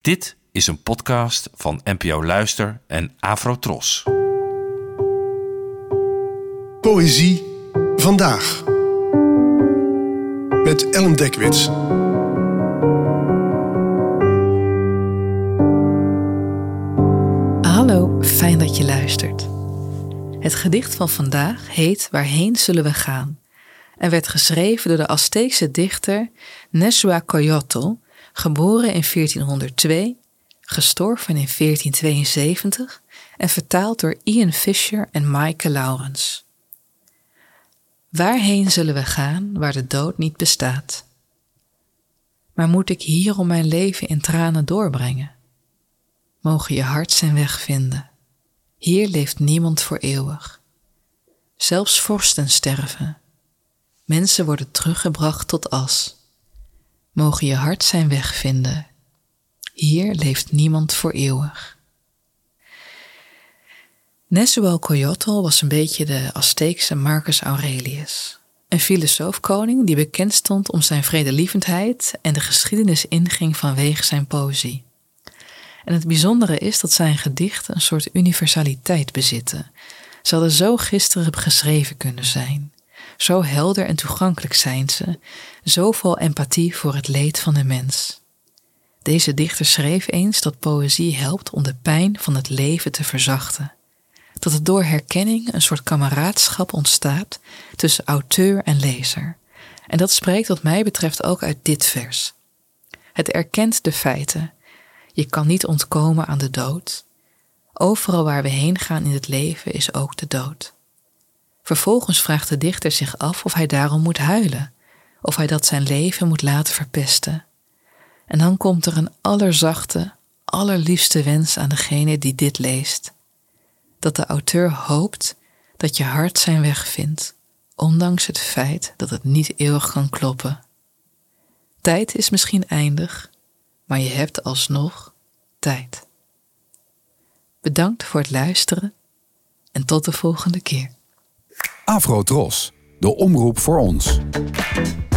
Dit is een podcast van NPO Luister en Afrotros. Poëzie vandaag. Met Ellen Dekwits. Hallo, fijn dat je luistert. Het gedicht van vandaag heet Waarheen zullen we gaan? En werd geschreven door de Azteekse dichter Nezahualcóyotl, geboren in 1402, gestorven in 1472 en vertaald door Ian Fisher en Maaike Laurens. Waarheen zullen we gaan waar de dood niet bestaat? Maar moet ik hier om mijn leven in tranen doorbrengen? Mogen je hart zijn weg vinden. Hier leeft niemand voor eeuwig. Zelfs vorsten sterven. Mensen worden teruggebracht tot as. Mogen je hart zijn weg vinden. Hier leeft niemand voor eeuwig. Nezahualcóyotl was een beetje de Azteekse Marcus Aurelius. Een filosoof-koning die bekend stond om zijn vredelievendheid en de geschiedenis inging vanwege zijn poëzie. En het bijzondere is dat zijn gedichten een soort universaliteit bezitten. Ze hadden zo gisteren geschreven kunnen zijn. Zo helder en toegankelijk zijn ze, zo vol empathie voor het leed van de mens. Deze dichter schreef eens dat poëzie helpt om de pijn van het leven te verzachten. Dat er door herkenning een soort kameraadschap ontstaat tussen auteur en lezer. En dat spreekt wat mij betreft ook uit dit vers. Het erkent de feiten. Je kan niet ontkomen aan de dood. Overal waar we heen gaan in het leven is ook de dood. Vervolgens vraagt de dichter zich af of hij daarom moet huilen, of hij dat zijn leven moet laten verpesten. En dan komt er een allerzachte, allerliefste wens aan degene die dit leest. Dat de auteur hoopt dat je hart zijn weg vindt, ondanks het feit dat het niet eeuwig kan kloppen. Tijd is misschien eindig, maar je hebt alsnog tijd. Bedankt voor het luisteren en tot de volgende keer. Afrotros, de omroep voor ons.